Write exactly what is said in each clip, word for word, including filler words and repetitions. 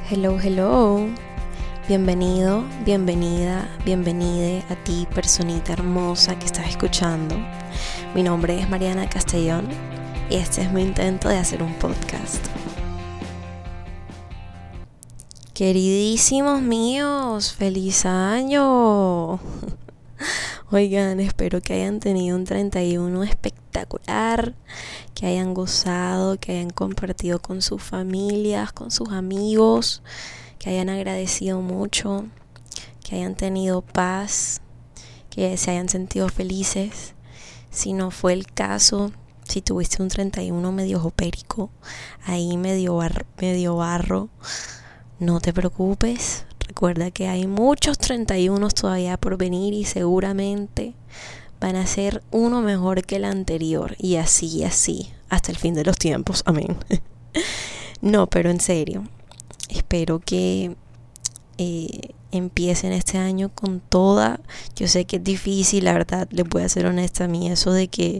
Hello, hello. Bienvenido, bienvenida, bienvenide a ti, personita hermosa que estás escuchando. Mi nombre es Mariana Castellón y este es mi intento de hacer un podcast. Queridísimos míos, feliz año. Oigan, espero que hayan tenido un treinta y uno espectacular, que hayan gozado, que hayan compartido con sus familias, con sus amigos, que hayan agradecido mucho, que hayan tenido paz, que se hayan sentido felices. Si no fue el caso, si tuviste un treinta y uno medio jopérico, ahí medio barro, medio barro, no te preocupes. Recuerda que hay muchos treinta y uno todavía por venir y seguramente van a ser uno mejor que el anterior. Y así, y así, hasta el fin de los tiempos. Amén. No, pero en serio, espero que eh, empiecen este año con toda. Yo sé que es difícil, la verdad, les voy a ser honesta a mí, eso de que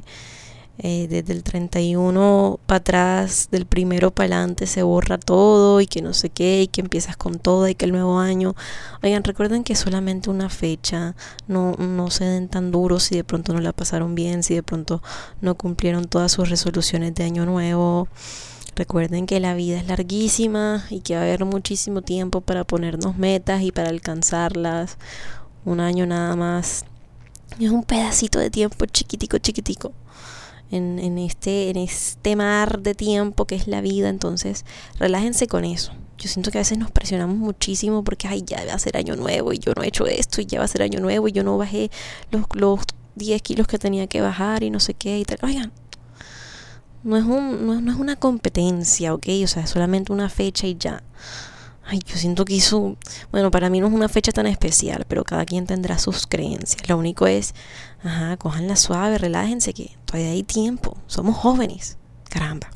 Eh, desde el treinta y uno para atrás, del primero para adelante se borra todo y que no sé qué, y que empiezas con todo y que el nuevo año. Oigan, recuerden que es solamente una fecha, no, no se den tan duros si de pronto no la pasaron bien, si de pronto no cumplieron todas sus resoluciones de año nuevo. Recuerden que la vida es larguísima y que va a haber muchísimo tiempo para ponernos metas y para alcanzarlas. Un año nada más es un pedacito de tiempo chiquitico, chiquitico. En, en, este, en este mar de tiempo que es la vida. Entonces relájense con eso. Yo siento que a veces nos presionamos muchísimo porque ay, ya va a ser año nuevo y yo no he hecho esto, y ya va a ser año nuevo y yo no bajé los, los diez kilos que tenía que bajar y no sé qué y tal. Oigan, no es, un, no, no es una competencia, ¿ok? O sea, es solamente una fecha y ya. Ay, yo siento que eso, bueno, para mí no es una fecha tan especial, pero cada quien tendrá sus creencias. Lo único es, ajá, cójanla suave, relájense, que todavía hay tiempo. Somos jóvenes, caramba.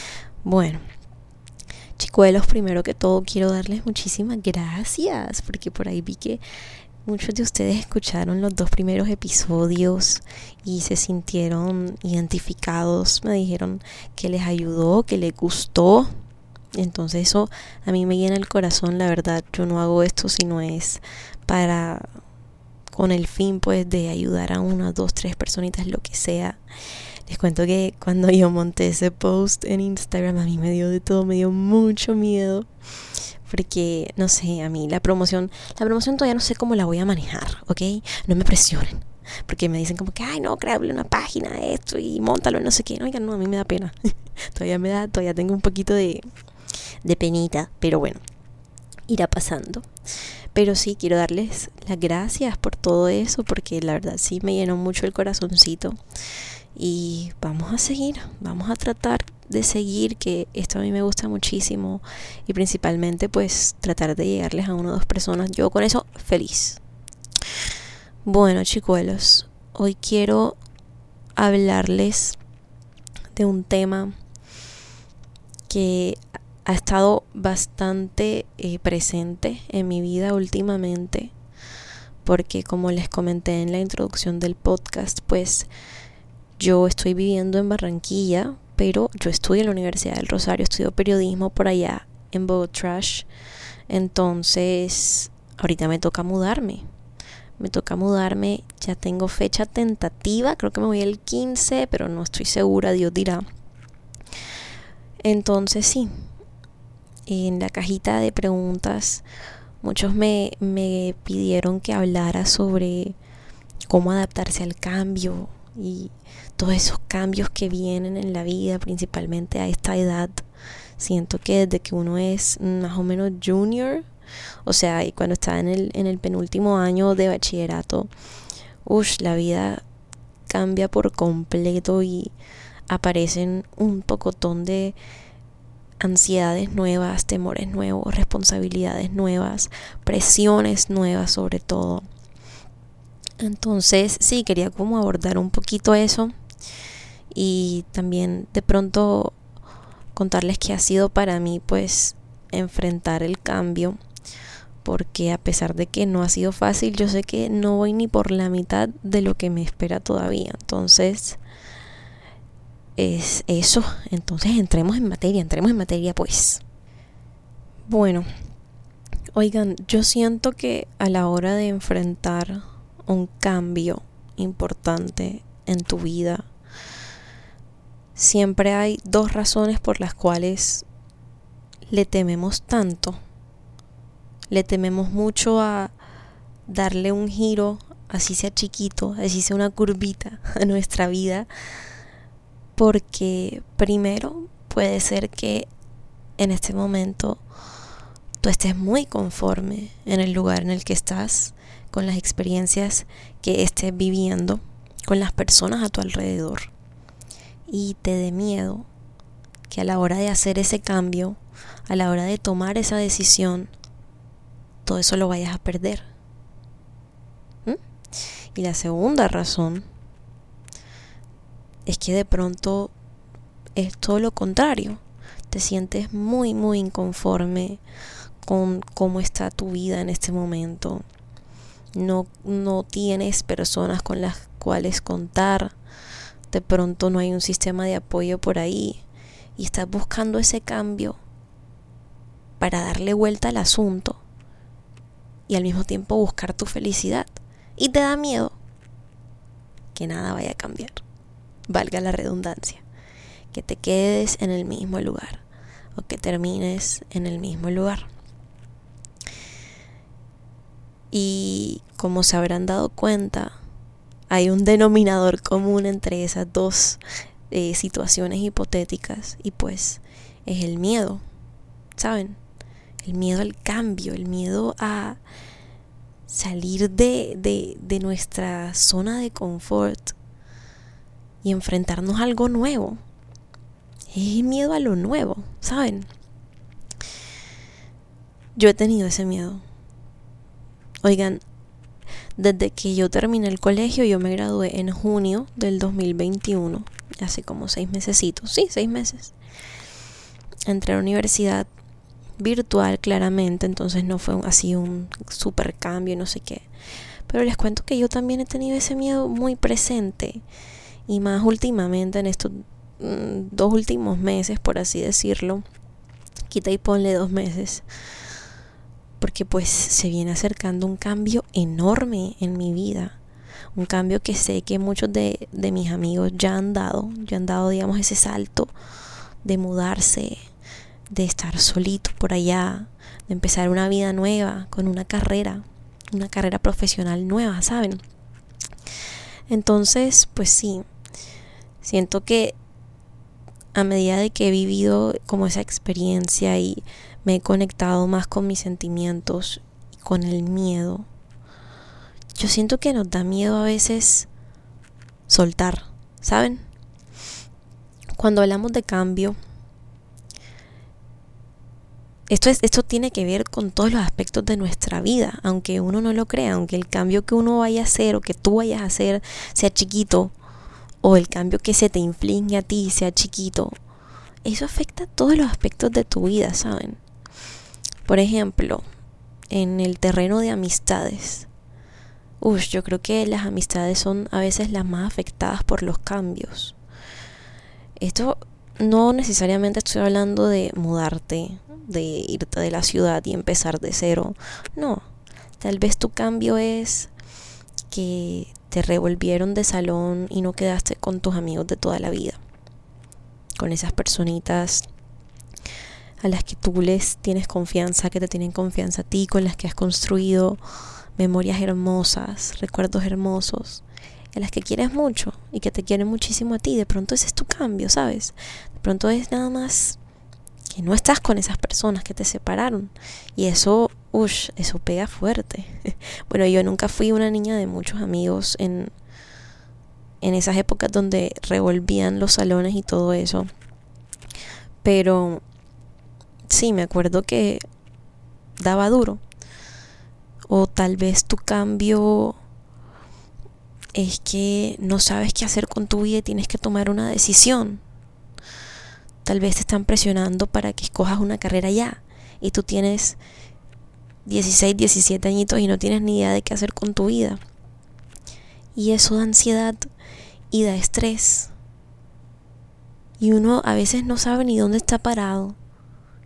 Bueno, chicuelos, primero que todo quiero darles muchísimas gracias, porque por ahí vi que muchos de ustedes escucharon los dos primeros episodios y se sintieron identificados. Me dijeron que les ayudó, que les gustó. Entonces eso a mí me llena el corazón, la verdad. Yo no hago esto si no es para, con el fin pues de ayudar a una, dos, tres personitas, lo que sea. Les cuento que cuando yo monté ese post en Instagram a mí me dio de todo, me dio mucho miedo. Porque, no sé, a mí la promoción, la promoción todavía no sé cómo la voy a manejar, ¿ok? No me presionen. Porque me dicen como que, ay no, créale una página a esto y móntalo, no sé qué. Oigan, no, a mí me da pena. todavía me da, todavía tengo un poquito de... de penita, pero bueno, irá pasando. Pero sí, quiero darles las gracias por todo eso, porque la verdad sí me llenó mucho el corazoncito. Y vamos a seguir, vamos a tratar de seguir, que esto a mí me gusta muchísimo. Y principalmente pues tratar de llegarles a una o dos personas. Yo con eso feliz. Bueno, chicuelos, hoy quiero hablarles de un tema que ha estado bastante eh, presente en mi vida últimamente, porque como les comenté en la introducción del podcast, pues yo estoy viviendo en Barranquilla, pero yo estudio en la Universidad del Rosario, estudio periodismo por allá en Bogotá. Entonces ahorita me toca mudarme, me toca mudarme, ya tengo fecha tentativa, creo que me voy el quince, pero no estoy segura, Dios dirá. Entonces sí, en la cajita de preguntas muchos me, me pidieron que hablara sobre cómo adaptarse al cambio y todos esos cambios que vienen en la vida, principalmente a esta edad. Siento que desde que uno es más o menos junior, o sea, y cuando está en el, en el penúltimo año de bachillerato, uff, la vida cambia por completo y aparecen un pocotón de ansiedades nuevas, temores nuevos, responsabilidades nuevas, presiones nuevas sobre todo. Entonces sí, quería como abordar un poquito eso y también de pronto contarles que ha sido para mí pues enfrentar el cambio, porque a pesar de que no ha sido fácil, yo sé que no voy ni por la mitad de lo que me espera todavía. Entonces es eso. Entonces entremos en materia, entremos en materia pues. Bueno, Oigan, yo siento que a la hora de enfrentar un cambio importante en tu vida, siempre hay dos razones por las cuales le tememos tanto. Le tememos mucho a darle un giro, así sea chiquito, así sea una curvita a nuestra vida, porque primero puede ser que en este momento tú estés muy conforme en el lugar en el que estás, con las experiencias que estés viviendo, con las personas a tu alrededor, y te dé miedo que a la hora de hacer ese cambio, a la hora de tomar esa decisión, todo eso lo vayas a perder. ¿Mm? Y la segunda razón es que de pronto es todo lo contrario. Te sientes muy, muy inconforme con cómo está tu vida en este momento. No, no tienes personas con las cuales contar. De pronto no hay un sistema de apoyo por ahí. Y estás buscando ese cambio para darle vuelta al asunto y al mismo tiempo buscar tu felicidad. Y te da miedo que nada vaya a cambiar. Valga la redundancia. Que te quedes en el mismo lugar o que termines en el mismo lugar. Y como se habrán dado cuenta, hay un denominador común entre esas dos eh, situaciones hipotéticas, y pues es el miedo, ¿saben? El miedo al cambio, el miedo a salir de, de, de nuestra zona de confort y enfrentarnos a algo nuevo. Es el miedo a lo nuevo, ¿saben? Yo he tenido ese miedo. Oigan, desde que yo terminé el colegio, yo me gradué en junio del dos mil veintiuno, hace como seis mesecitos, sí, seis meses. Entré a la universidad virtual, claramente, entonces no fue así un super cambio y no sé qué. Pero les cuento que yo también he tenido ese miedo muy presente, y más últimamente en estos mmm, dos últimos meses, por así decirlo, quita y ponle dos meses, porque pues se viene acercando un cambio enorme en mi vida, un cambio que sé que muchos de, de mis amigos ya han dado, ya han dado, digamos, ese salto de mudarse, de estar solito por allá, de empezar una vida nueva, con una carrera, una carrera profesional nueva, ¿saben? Entonces, pues sí, siento que a medida de que he vivido como esa experiencia y me he conectado más con mis sentimientos y con el miedo, yo siento que nos da miedo a veces soltar, ¿saben? Cuando hablamos de cambio, esto, es, esto tiene que ver con todos los aspectos de nuestra vida, aunque uno no lo crea, aunque el cambio que uno vaya a hacer o que tú vayas a hacer sea chiquito, o el cambio que se te inflige a ti sea chiquito, eso afecta a todos los aspectos de tu vida, ¿saben? Por ejemplo, en el terreno de amistades, Uf, yo creo que las amistades son a veces las más afectadas por los cambios. Esto no necesariamente estoy hablando de mudarte, de irte de la ciudad y empezar de cero. No, tal vez tu cambio es que te revolvieron de salón y no quedaste con tus amigos de toda la vida, con esas personitas a las que tú les tienes confianza, que te tienen confianza a ti, con las que has construido memorias hermosas, recuerdos hermosos, a las que quieres mucho y que te quieren muchísimo a ti. De pronto ese es tu cambio, ¿sabes? De pronto es nada más que no estás con esas personas que te separaron, y eso, uff, eso pega fuerte. Bueno, yo nunca fui una niña de muchos amigos en, en esas épocas donde revolvían los salones y todo eso, pero sí, me acuerdo que daba duro. O tal vez tu cambio es que no sabes qué hacer con tu vida y tienes que tomar una decisión. Tal vez te están presionando para que escojas una carrera ya, y tú tienes dieciséis, diecisiete añitos y no tienes ni idea de qué hacer con tu vida. Y eso da ansiedad y da estrés. Y uno a veces no sabe ni dónde está parado.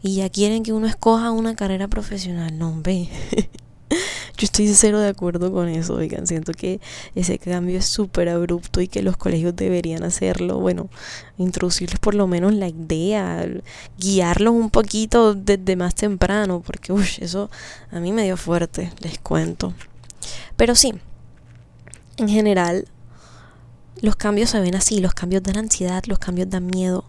y ya quieren que uno escoja una carrera profesional. No, hombre. Yo estoy cero de acuerdo con eso, oigan, siento que ese cambio es súper abrupto y que los colegios deberían hacerlo, bueno, introducirles por lo menos la idea, guiarlos un poquito desde más temprano, porque uff, eso a mí me dio fuerte, les cuento. Pero sí, en general, los cambios se ven así, los cambios dan ansiedad, los cambios dan miedo.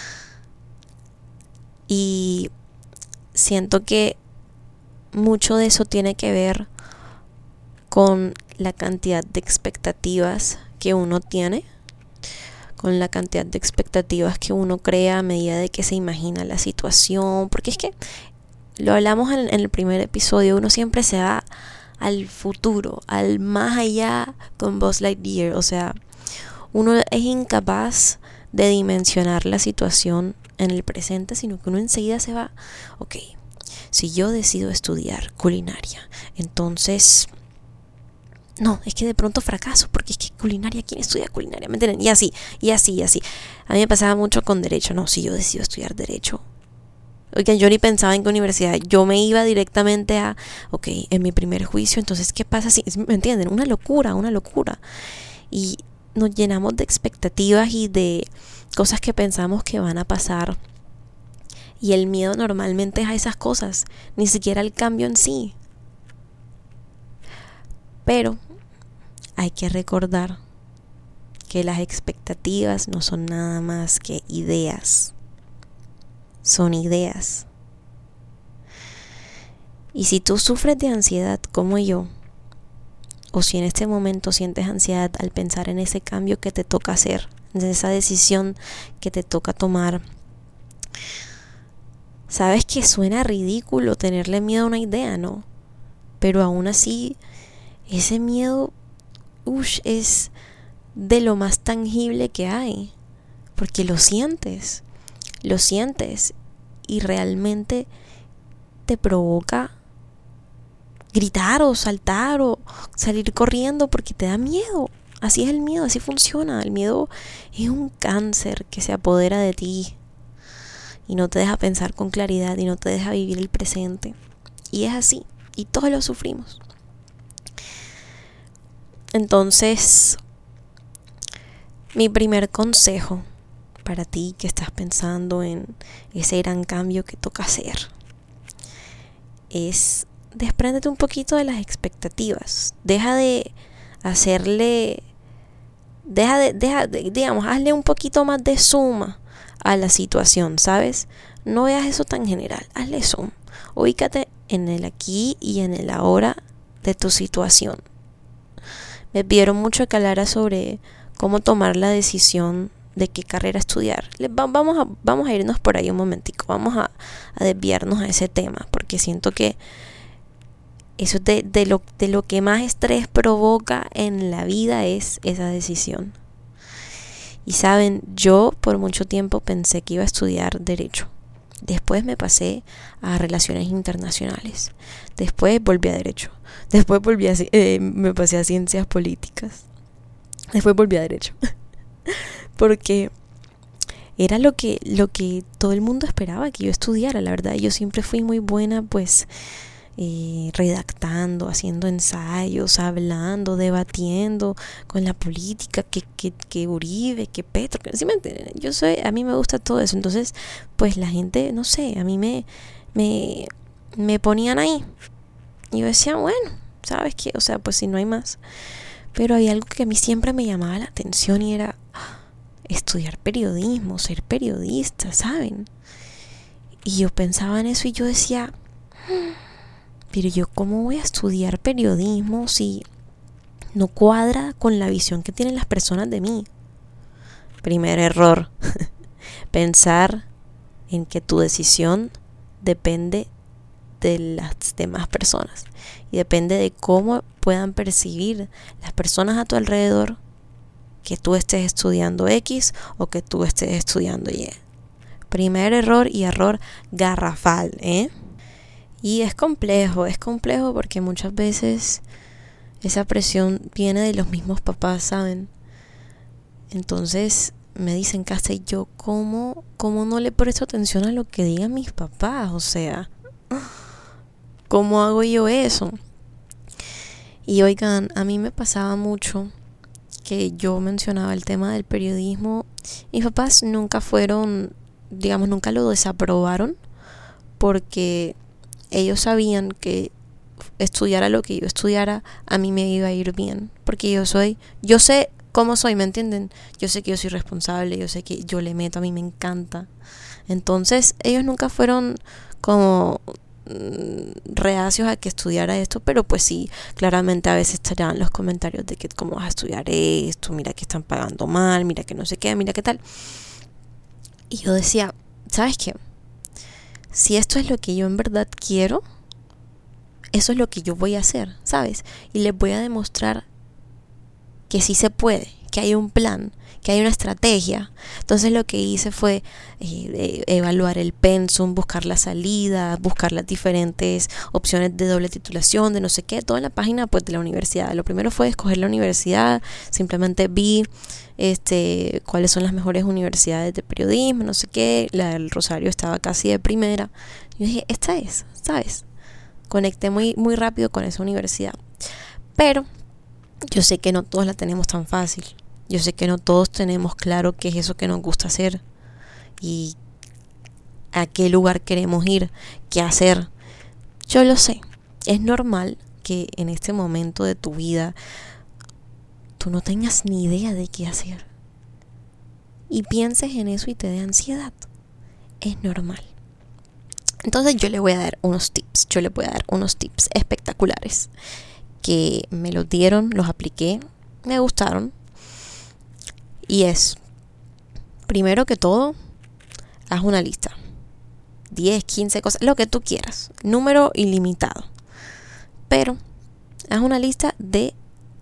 Y siento que mucho de eso tiene que ver con la cantidad de expectativas que uno tiene, con la cantidad de expectativas que uno crea a medida de que se imagina la situación, porque es que lo hablamos en, en el primer episodio, uno siempre se va al futuro, al más allá con Buzz Lightyear, o sea, uno es incapaz de dimensionar la situación en el presente, sino que uno enseguida se va, ok, si yo decido estudiar culinaria, entonces no, es que de pronto fracaso, porque es que culinaria, ¿quién estudia culinaria? ¿Me entienden? Y así, y así, y así. A mí me pasaba mucho con derecho, no, si yo decido estudiar derecho. Oigan, yo ni pensaba en qué universidad, yo me iba directamente a, ok, en mi primer juicio, entonces, ¿qué pasa si, ¿me entienden? Una locura, una locura. Y nos llenamos de expectativas y de cosas que pensamos que van a pasar. Y el miedo normalmente es a esas cosas, ni siquiera al cambio en sí. Pero hay que recordar que las expectativas no son nada más que ideas. Son ideas. Y si tú sufres de ansiedad como yo, o si en este momento sientes ansiedad al pensar en ese cambio que te toca hacer, en esa decisión que te toca tomar, sabes que suena ridículo tenerle miedo a una idea, ¿no? Pero aún así, ese miedo ush, es de lo más tangible que hay, porque lo sientes, lo sientes y realmente te provoca gritar o saltar o salir corriendo porque te da miedo. Así es el miedo, así funciona. El miedo es un cáncer que se apodera de ti y no te deja pensar con claridad y no te deja vivir el presente. Y es así, y todos lo sufrimos. Entonces, mi primer consejo para ti que estás pensando en ese gran cambio que toca hacer es despréndete un poquito de las expectativas. Deja de hacerle, deja de, deja de, digamos, hazle un poquito más de suma a la situación, ¿sabes? No veas eso tan general, hazle zoom. Ubícate en el aquí y en el ahora de tu situación. Me pidieron mucho que hablara sobre cómo tomar la decisión de qué carrera estudiar. Vamos a, vamos a irnos por ahí un momentico, vamos a, a desviarnos a ese tema, porque siento que eso es de, de, lo, de lo que más estrés provoca en la vida es esa decisión. Y saben, yo por mucho tiempo pensé que iba a estudiar Derecho. Después me pasé a Relaciones Internacionales. Después volví a Derecho. Después volví a, eh, me pasé a Ciencias Políticas. Después volví a Derecho. Porque era lo que, lo que todo el mundo esperaba que yo estudiara, la verdad. Yo siempre fui muy buena, pues, eh, redactando, haciendo ensayos, hablando, debatiendo con la política, que, que, que Uribe, que Petro, que, ¿sí me entienden? Yo soy, a mí me gusta todo eso. Entonces, pues la gente, no sé, a mí me, me, me ponían ahí. Y yo decía, bueno, ¿sabes qué? O sea, pues si no hay más. Pero hay algo que a mí siempre me llamaba la atención y era estudiar periodismo, ser periodista, ¿saben? Y yo pensaba en eso y yo decía, pero yo ¿cómo voy a estudiar periodismo si no cuadra con la visión que tienen las personas de mí? Primer error, pensar en que tu decisión depende de las demás personas y depende de cómo puedan percibir las personas a tu alrededor que tú estés estudiando X o que tú estés estudiando Y. Primer error y error garrafal, ¿eh? Y es complejo, es complejo porque muchas veces esa presión viene de los mismos papás, ¿saben? Entonces me dicen, casa, y yo, ¿cómo, ¿cómo no le presto atención a lo que digan mis papás? O sea, ¿cómo hago yo eso? Y oigan, a mí me pasaba mucho que yo mencionaba el tema del periodismo. Mis papás nunca fueron, digamos, nunca lo desaprobaron, porque ellos sabían que estudiara lo que yo estudiara, a mí me iba a ir bien, porque yo soy, yo sé cómo soy, ¿me entienden? Yo sé que yo soy responsable, yo sé que yo le meto, a mí me encanta. Entonces ellos nunca fueron como mm, reacios a que estudiara esto, pero pues sí, claramente a veces estarían los comentarios de que cómo vas a estudiar esto, mira que están pagando mal, mira que no sé qué, mira qué tal. Y yo decía, ¿sabes qué? Si esto es lo que yo en verdad quiero, eso es lo que yo voy a hacer, ¿sabes? Y les voy a demostrar que sí se puede, que hay un plan, que hay una estrategia. Entonces lo que hice fue eh, evaluar el pensum, buscar la salida, buscar las diferentes opciones de doble titulación, de no sé qué, todo en la página pues de la universidad. Lo primero fue escoger la universidad, simplemente vi este cuáles son las mejores universidades de periodismo, no sé qué, la del Rosario estaba casi de primera. Yo dije, esta es, ¿sabes? Conecté muy, muy rápido con esa universidad. Pero yo sé que no todos la tenemos tan fácil. Yo sé que no todos tenemos claro qué es eso que nos gusta hacer y a qué lugar queremos ir, qué hacer. Yo lo sé. Es normal que en este momento de tu vida tú no tengas ni idea de qué hacer y pienses en eso y te dé ansiedad. Es normal. Entonces yo le voy a dar unos tips, yo le voy a dar unos tips espectaculares que me los dieron, los apliqué, me gustaron. Y es, primero que todo, haz una lista. diez, quince cosas, lo que tú quieras, número ilimitado. Pero haz una lista de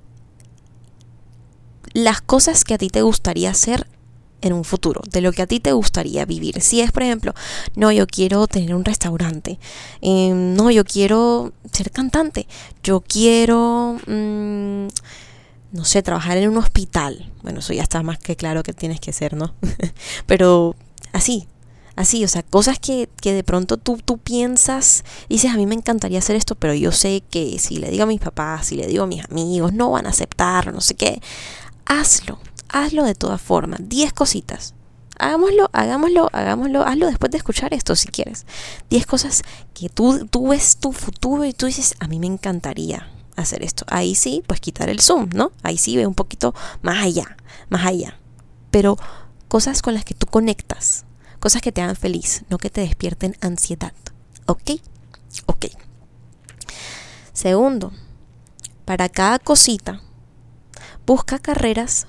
las cosas que a ti te gustaría hacer en un futuro, de lo que a ti te gustaría vivir. Si es, por ejemplo, no, yo quiero tener un restaurante, eh, no, yo quiero ser cantante, yo quiero, mmm, no sé, trabajar en un hospital. Bueno, eso ya está más que claro que tienes que ser, ¿no? Pero así, así, o sea, cosas que, que de pronto tú, tú piensas, dices, a mí me encantaría hacer esto, pero yo sé que si le digo a mis papás, si le digo a mis amigos, no van a aceptar, no sé qué. Hazlo. Hazlo de todas formas. diez cositas. Hagámoslo, hagámoslo, hagámoslo. Hazlo después de escuchar esto si quieres. diez cosas que tú, tú ves tu futuro y tú dices, a mí me encantaría hacer esto. Ahí sí, pues quitar el zoom, ¿no? Ahí sí ve un poquito más allá, más allá. Pero cosas con las que tú conectas. Cosas que te hagan feliz, no que te despierten ansiedad. ¿Ok? Ok. Segundo, para cada cosita, busca carreras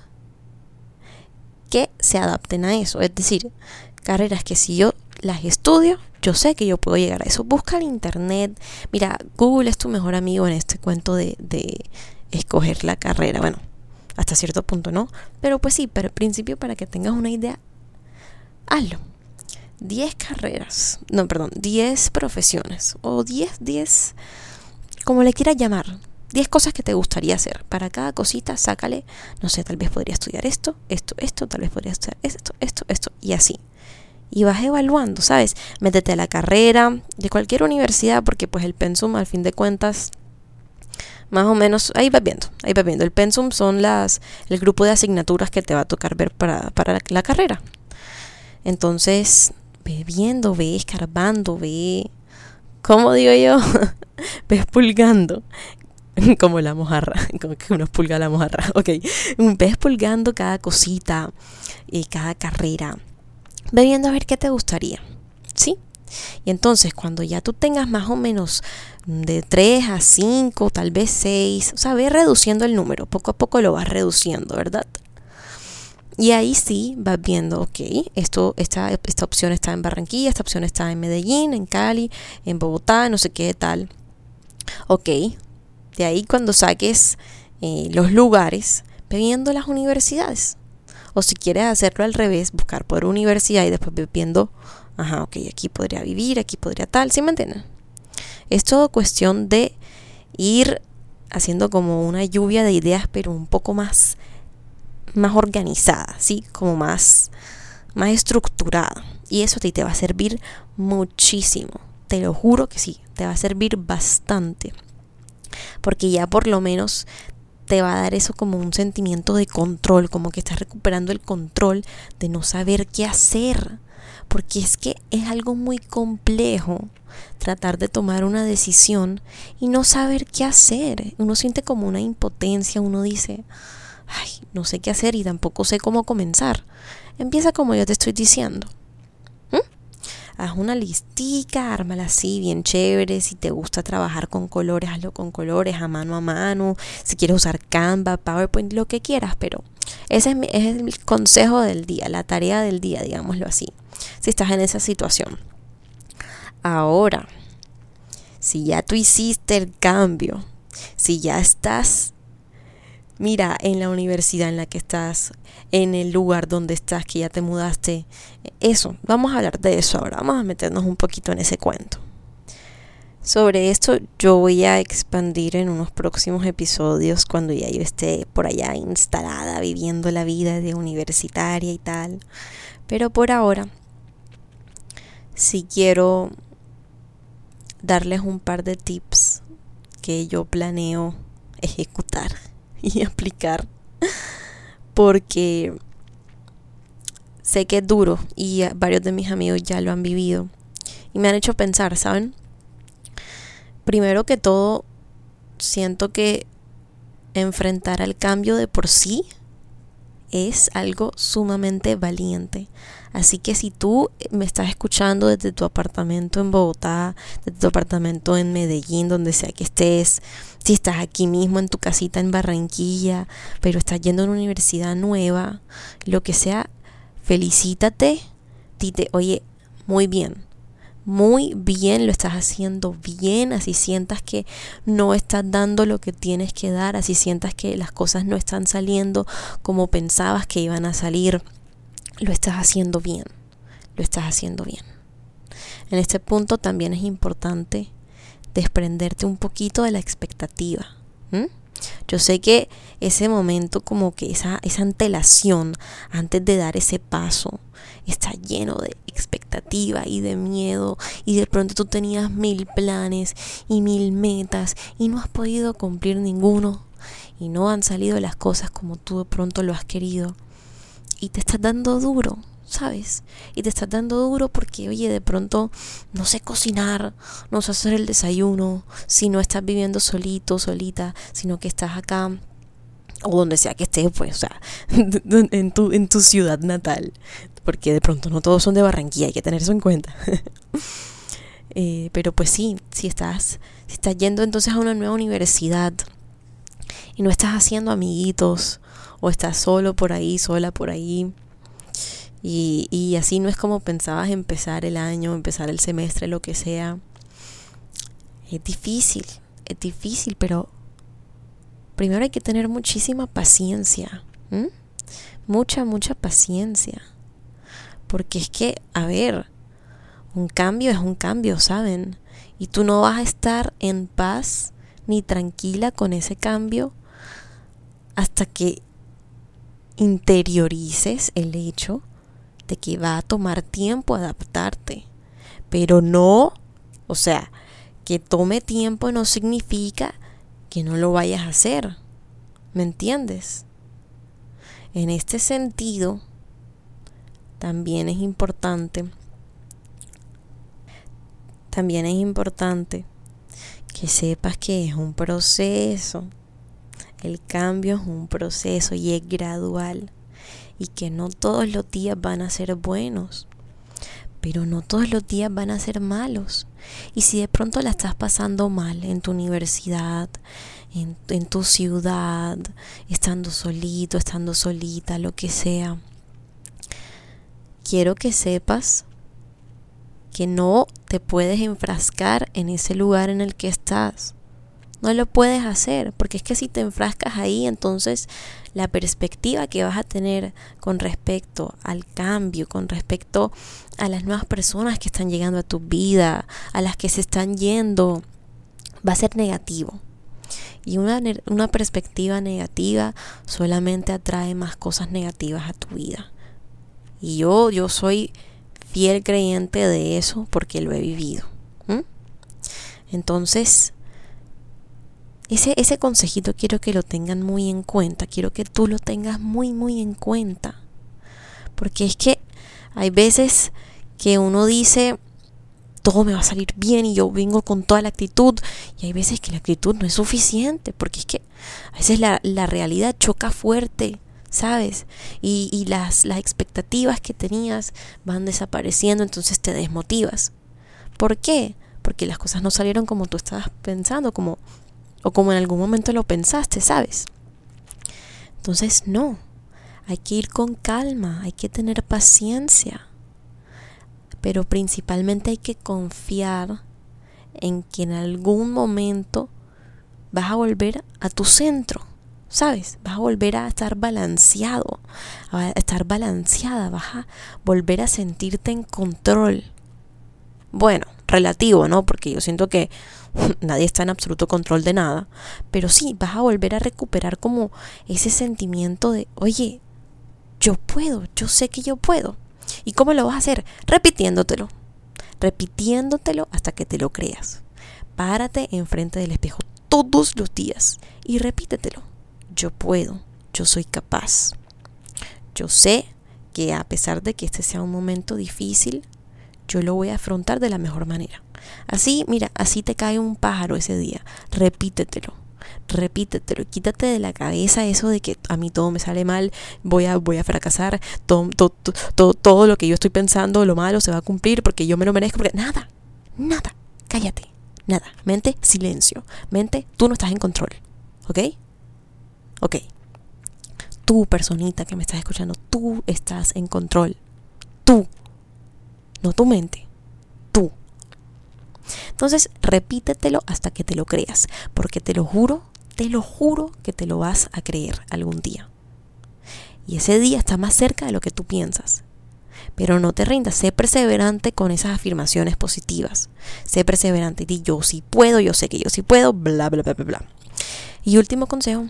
que se adapten a eso. Es decir, carreras que si yo las estudio, yo sé que yo puedo llegar a eso. Busca en internet. Mira, Google es tu mejor amigo en este cuento de, de escoger la carrera. Bueno, hasta cierto punto no. Pero pues sí, pero al principio, para que tengas una idea, hazlo. diez carreras. No, perdón, diez profesiones. O diez, diez, como le quieras llamar. diez cosas que te gustaría hacer. Para cada cosita, sácale, no sé, tal vez podría estudiar esto, esto, esto, tal vez podría estudiar esto, esto, esto, y así. Y vas evaluando, ¿sabes? Métete a la carrera de cualquier universidad, porque pues el pensum, al fin de cuentas, más o menos, ahí vas viendo, ahí vas viendo. El pensum son las, el grupo de asignaturas que te va a tocar ver para, para la, la carrera. Entonces, ve viendo, ve escarbando, ve, ¿cómo digo yo? Ves pulgando. Como la mojarra, como que uno pulga la mojarra. Ok, ves pulgando cada cosita, eh, cada carrera. Ve viendo a ver qué te gustaría, ¿sí? Y entonces cuando ya tú tengas más o menos de tres a cinco, tal vez seis, o sea, ve reduciendo el número, poco a poco lo vas reduciendo, ¿verdad? Y ahí sí vas viendo, ok, esto, esta, esta opción está en Barranquilla, esta opción está en Medellín, en Cali, en Bogotá, no sé qué tal. Ok. De ahí cuando saques eh, los lugares, ve viendo las universidades. O si quieres hacerlo al revés, buscar por universidad y después viendo, ajá, ok, aquí podría vivir, aquí podría tal, ¿sí me entienden? Es todo cuestión de ir haciendo como una lluvia de ideas, pero un poco más más organizada, ¿sí? Como más, más estructurada. Y eso a ti te va a servir muchísimo. Te lo juro que sí, te va a servir bastante. Porque ya por lo menos te va a dar eso como un sentimiento de control, como que estás recuperando el control de no saber qué hacer. Porque es que es algo muy complejo tratar de tomar una decisión y no saber qué hacer. Uno siente como una impotencia, uno dice, ay, no sé qué hacer y tampoco sé cómo comenzar. Empieza como yo te estoy diciendo. Haz una listica, ármala así, bien chévere. Si te gusta trabajar con colores, hazlo con colores, a mano a mano. Si quieres usar Canva, PowerPoint, lo que quieras, pero ese es, mi, ese es el consejo del día, la tarea del día, digámoslo así. Si estás en esa situación. Ahora, si ya tú hiciste el cambio, si ya estás, mira, en la universidad en la que estás, en el lugar donde estás, que ya te mudaste, eso, vamos a hablar de eso ahora, vamos a meternos un poquito en ese cuento. Sobre esto yo voy a expandir en unos próximos episodios cuando ya yo esté por allá instalada, viviendo la vida de universitaria y tal. Pero por ahora, sí quiero darles un par de tips que yo planeo ejecutar y aplicar, porque sé que es duro y varios de mis amigos ya lo han vivido y me han hecho pensar, ¿saben? Primero que todo, siento que enfrentar al cambio de por sí es algo sumamente valiente. Así que si tú me estás escuchando desde tu apartamento en Bogotá, desde tu apartamento en Medellín, donde sea que estés, si estás aquí mismo en tu casita en Barranquilla, pero estás yendo a una universidad nueva, lo que sea, felicítate, dite, oye, muy bien. Muy bien, lo estás haciendo bien, así sientas que no estás dando lo que tienes que dar, así sientas que las cosas no están saliendo como pensabas que iban a salir, lo estás haciendo bien, lo estás haciendo bien. En este punto también es importante desprenderte un poquito de la expectativa. ¿Mm? Yo sé que ese momento, como que esa, esa antelación antes de dar ese paso, está lleno de expectativa y de miedo, y de pronto tú tenías mil planes y mil metas y no has podido cumplir ninguno y no han salido las cosas como tú de pronto lo has querido y te estás dando duro, ¿sabes? Y te estás dando duro porque, oye, de pronto no sé cocinar, no sé hacer el desayuno, si no estás viviendo solito, solita, sino que estás acá o donde sea que estés, pues, o sea, en tu, en tu ciudad natal, porque de pronto no todos son de Barranquilla, hay que tener eso en cuenta. eh, pero pues sí, si estás, si estás yendo entonces a una nueva universidad y no estás haciendo amiguitos, o estás solo por ahí, sola por ahí, y, y así no es como pensabas empezar el año, empezar el semestre, lo que sea, es difícil, es difícil, pero primero hay que tener muchísima paciencia, ¿m? mucha, mucha paciencia, porque es que, a ver, un cambio es un cambio, ¿saben? Y tú no vas a estar en paz ni tranquila con ese cambio hasta que interiorices el hecho de que va a tomar tiempo adaptarte. Pero no, o sea, que tome tiempo no significa que no lo vayas a hacer. ¿Me entiendes? En este sentido, también es importante, también es importante que sepas que es un proceso. El cambio es un proceso y es gradual, y que no todos los días van a ser buenos, pero no todos los días van a ser malos. Y si de pronto la estás pasando mal en tu universidad, en, en tu ciudad, estando solito, estando solita, lo que sea, quiero que sepas que no te puedes enfrascar en ese lugar en el que estás. No lo puedes hacer, porque es que si te enfrascas ahí, entonces la perspectiva que vas a tener con respecto al cambio, con respecto a las nuevas personas que están llegando a tu vida, a las que se están yendo, va a ser negativo. Y una, una perspectiva negativa solamente atrae más cosas negativas a tu vida. Y yo, yo soy fiel creyente de eso porque lo he vivido. ¿Mm? Entonces, ese, ese consejito quiero que lo tengan muy en cuenta. Quiero que tú lo tengas muy, muy en cuenta. Porque es que hay veces que uno dice, todo me va a salir bien y yo vengo con toda la actitud. Y hay veces que la actitud no es suficiente. Porque es que a veces la, la realidad choca fuerte, ¿sabes? Y, y las, las expectativas que tenías van desapareciendo, entonces te desmotivas. ¿Por qué? Porque las cosas no salieron como tú estabas pensando, como, o como en algún momento lo pensaste, ¿sabes? Entonces no, hay que ir con calma, hay que tener paciencia, pero principalmente hay que confiar en que en algún momento vas a volver a tu centro, ¿sabes? Vas a volver a estar balanceado, a estar balanceada, vas a volver a sentirte en control. Bueno, relativo, ¿no? Porque yo siento que nadie está en absoluto control de nada, pero sí, vas a volver a recuperar como ese sentimiento de, oye, yo puedo, yo sé que yo puedo. ¿Y cómo lo vas a hacer? Repitiéndotelo, repitiéndotelo hasta que te lo creas. Párate enfrente del espejo todos los días y repítetelo. Yo puedo, yo soy capaz. Yo sé que a pesar de que este sea un momento difícil, yo lo voy a afrontar de la mejor manera. Así, mira, así te cae un pájaro ese día. Repítetelo, repítetelo. Quítate de la cabeza eso de que a mí todo me sale mal, voy a, voy a fracasar, todo, todo, todo, todo lo que yo estoy pensando, lo malo se va a cumplir porque yo me lo merezco. Porque nada, nada, cállate, nada. Mente, silencio. Mente, tú no estás en control. ¿Ok? Ok. Tú, personita que me estás escuchando, tú estás en control. Tú. No tu mente, tú. Entonces repítetelo hasta que te lo creas, porque te lo juro, te lo juro que te lo vas a creer algún día. Y ese día está más cerca de lo que tú piensas. Pero no te rindas, sé perseverante con esas afirmaciones positivas. Sé perseverante, di yo sí puedo, yo sé que yo sí puedo, bla, bla, bla, bla, bla. Y último consejo,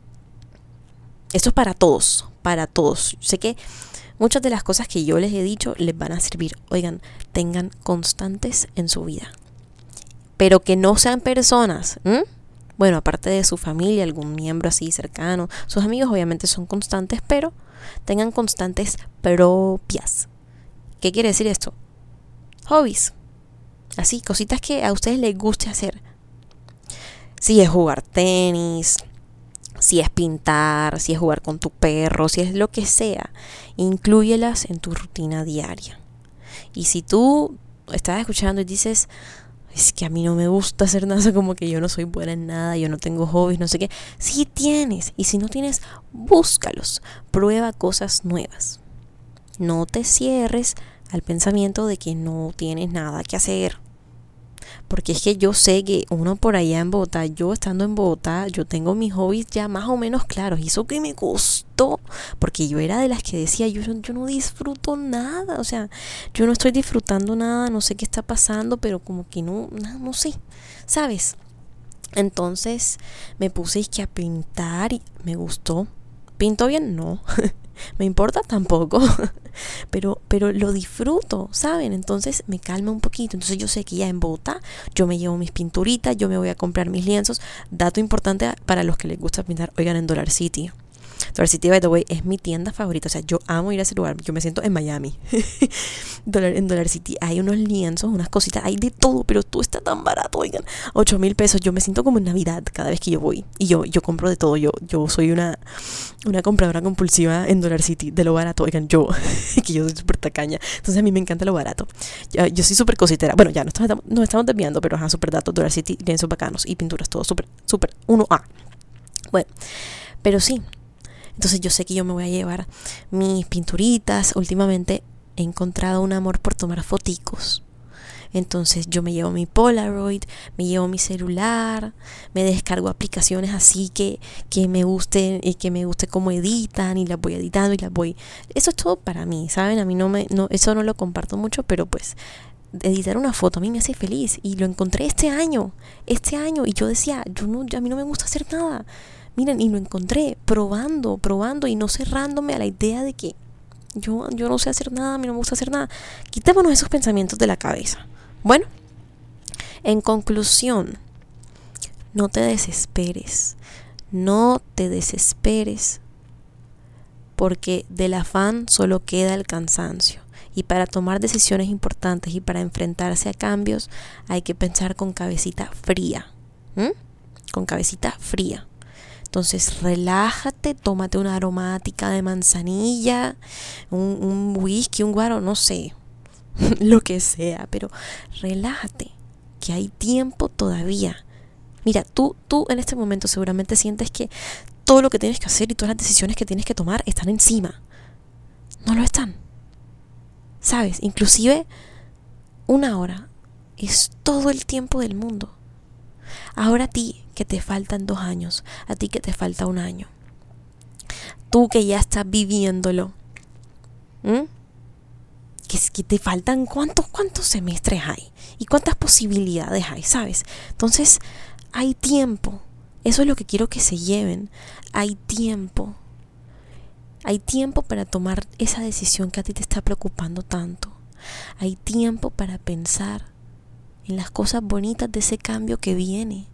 esto es para todos, para todos. Sé que muchas de las cosas que yo les he dicho les van a servir. Oigan, tengan constantes en su vida. Pero que no sean personas. ¿m? Bueno, aparte de su familia, algún miembro así cercano. Sus amigos obviamente son constantes, pero tengan constantes propias. ¿Qué quiere decir esto? Hobbies. Así, cositas que a ustedes les guste hacer. Si es jugar tenis, si es pintar, si es jugar con tu perro, si es lo que sea, inclúyelas en tu rutina diaria. Y si tú estás escuchando y dices, es que a mí no me gusta hacer nada, como que yo no soy buena en nada, yo no tengo hobbies, no sé qué, sí tienes, y si no tienes, búscalos, prueba cosas nuevas. No te cierres al pensamiento de que no tienes nada que hacer. Porque es que yo sé que uno por allá en Bogotá, yo estando en Bogotá, yo tengo mis hobbies ya más o menos claros. Y eso que me costó, porque yo era de las que decía, yo, yo no disfruto nada. O sea, yo no estoy disfrutando nada, no sé qué está pasando, pero como que no, no, no sé, ¿sabes? Entonces me puse que a pintar y me gustó. ¿Pinto bien? No. ¿Me importa? Tampoco. pero, pero lo disfruto, ¿saben? Entonces me calma un poquito. Entonces yo sé que ya en Bogotá yo me llevo mis pinturitas, yo me voy a comprar mis lienzos. Dato importante para los que les gusta pintar, oigan, en Dollar City. Dollar City, by the way, es mi tienda favorita. O sea, yo amo ir a ese lugar. Yo me siento en Miami. Dollar, en Dollar City hay unos lienzos, unas cositas, hay de todo, pero todo está tan barato, oigan. ocho mil pesos. Yo me siento como en Navidad cada vez que yo voy. Y yo, yo compro de todo. Yo, yo soy una, una compradora compulsiva en Dollar City de lo barato. Oigan, yo, que yo soy súper tacaña. Entonces a mí me encanta lo barato. Yo, yo soy súper cositera. Bueno, ya nos estamos, nos estamos desviando, pero ajá, súper datos. Dollar City, lienzos bacanos y pinturas, todo súper, súper uno A. Bueno, pero sí. Entonces yo sé que yo me voy a llevar mis pinturitas. Últimamente he encontrado un amor por tomar foticos. Entonces yo me llevo mi Polaroid, me llevo mi celular, me descargo aplicaciones así que, que me gusten y que me guste cómo editan y las voy editando y las voy... Eso es todo para mí, ¿saben? A mí no me... No, eso no lo comparto mucho, pero pues editar una foto a mí me hace feliz y lo encontré este año, este año y yo decía, yo no, a mí no me gusta hacer nada. Miren, y lo encontré probando, probando y no cerrándome a la idea de que yo, yo no sé hacer nada, a mí no me gusta hacer nada. Quitémonos esos pensamientos de la cabeza. Bueno, en conclusión, no te desesperes, no te desesperes, porque del afán solo queda el cansancio. Y para tomar decisiones importantes y para enfrentarse a cambios hay que pensar con cabecita fría. ¿Mm? Con cabecita fría. Entonces relájate, tómate una aromática de manzanilla, un, un whisky, un guaro, no sé, lo que sea, pero relájate, que hay tiempo todavía. Mira, tú, tú en este momento seguramente sientes que todo lo que tienes que hacer y todas las decisiones que tienes que tomar están encima. No lo están. ¿Sabes? Inclusive una hora es todo el tiempo del mundo. Ahora a ti que te faltan dos años, a ti que te falta un año, tú que ya estás viviéndolo, ¿m? que, que te faltan cuántos, cuántos semestres hay y cuántas posibilidades hay, ¿sabes? Entonces hay tiempo. Eso es lo que quiero que se lleven. Hay tiempo. Hay tiempo para tomar esa decisión que a ti te está preocupando tanto. Hay tiempo para pensar en las cosas bonitas de ese cambio que viene.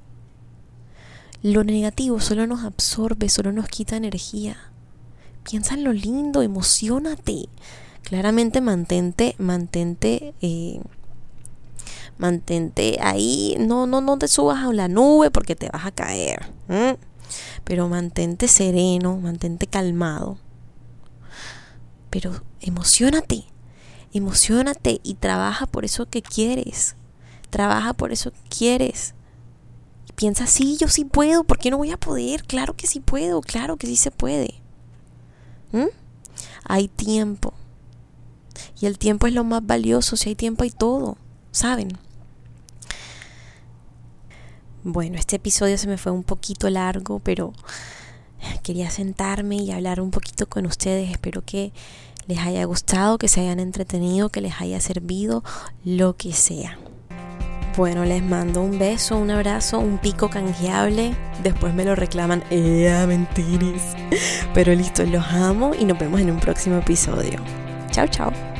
Lo negativo solo nos absorbe, solo nos quita energía. Piensa en lo lindo, emociónate. Claramente mantente, mantente, eh, mantente ahí. No, no, no te subas a la nube porque te vas a caer. ¿Mm? Pero mantente sereno, mantente calmado. Pero emociónate, emociónate y trabaja por eso que quieres. Trabaja por eso que quieres. Y piensa, sí, yo sí puedo, ¿por qué no voy a poder? Claro que sí puedo, claro que sí se puede. ¿Mm? Hay tiempo. Y el tiempo es lo más valioso, si hay tiempo hay todo, ¿saben? Bueno, este episodio se me fue un poquito largo, pero quería sentarme y hablar un poquito con ustedes. Espero que les haya gustado, que se hayan entretenido, que les haya servido, lo que sea. Bueno, les mando un beso, un abrazo, un pico canjeable. Después me lo reclaman. ¡Eh, mentiris! Pero listo, los amo y nos vemos en un próximo episodio. Chao, chao.